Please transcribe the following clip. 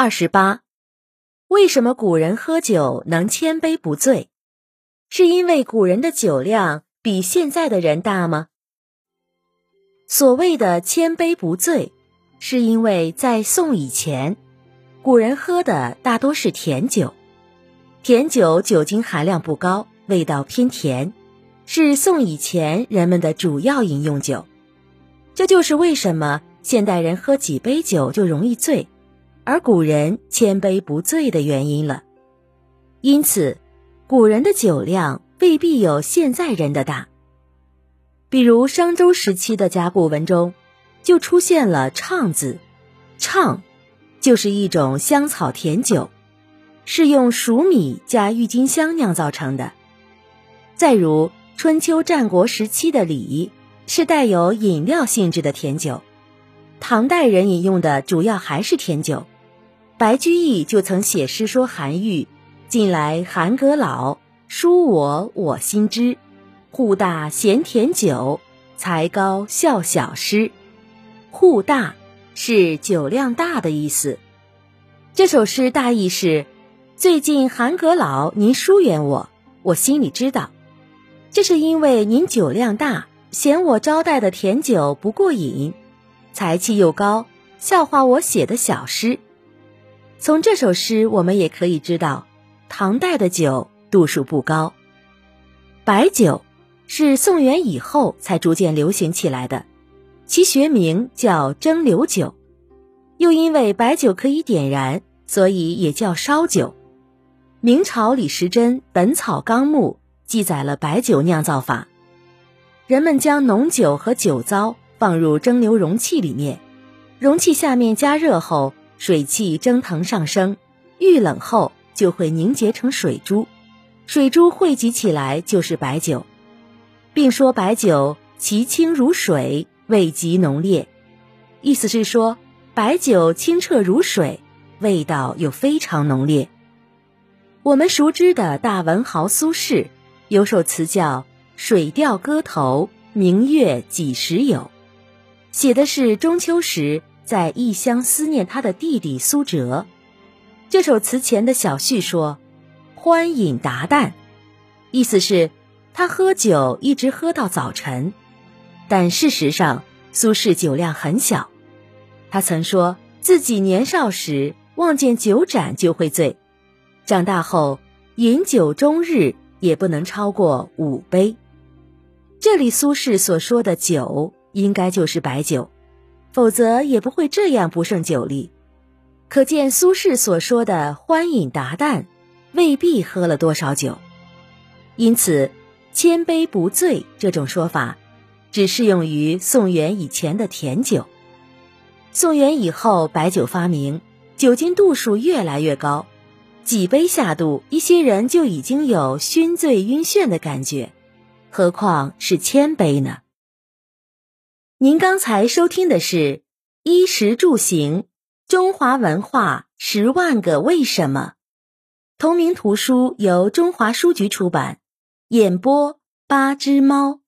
28. 为什么古人喝酒能千杯不醉？是因为古人的酒量比现在的人大吗？所谓的千杯不醉，是因为在宋以前，古人喝的大多是甜酒。甜酒酒精含量不高，味道偏甜，是宋以前人们的主要饮用酒。这就是为什么现代人喝几杯酒就容易醉，而古人千杯不醉的原因了。因此，古人的酒量未必有现在人的大。比如商周时期的甲骨文中，就出现了怅字，怅就是一种香草甜酒，是用黍米加郁金香酿造成的。再如春秋战国时期的李，是带有饮料性质的甜酒。唐代人饮用的主要还是甜酒。白居易就曾写诗说韩愈：近来韩阁老，书我心知，户大咸甜酒，才高笑小诗。户大是酒量大的意思。这首诗大意是：最近韩阁老您疏远我心里知道，这是因为您酒量大，嫌我招待的甜酒不过瘾，才气又高，笑话我写的小诗。从这首诗我们也可以知道，唐代的酒度数不高。白酒是宋元以后才逐渐流行起来的，其学名叫蒸馏酒，又因为白酒可以点燃，所以也叫烧酒。明朝李时珍《本草纲目》记载了白酒酿造法。人们将浓酒和酒糟放入蒸馏容器里面，容器下面加热后，水汽蒸腾上升，遇冷后就会凝结成水珠，水珠汇集起来就是白酒，并说白酒其清如水，味极浓烈。意思是说，白酒清澈如水，味道又非常浓烈。我们熟知的大文豪苏轼有首词叫《水调歌头·明月几时有》，写的是中秋时在异乡思念他的弟弟苏辙。这首词前的小序说欢饮达旦，意思是他喝酒一直喝到早晨。但事实上苏轼酒量很小，他曾说自己年少时望见酒盏就会醉，长大后饮酒终日也不能超过5杯。这里苏轼所说的酒应该就是白酒，否则也不会这样不胜酒力。可见苏轼所说的欢饮达旦未必喝了多少酒。因此千杯不醉这种说法只适用于宋元以前的甜酒。宋元以后白酒发明，酒精度数越来越高，几杯下肚，一些人就已经有醺醉晕眩的感觉，何况是千杯呢？您刚才收听的是衣食住行中华文化10万个为什么，同名图书由中华书局出版，演播8只猫。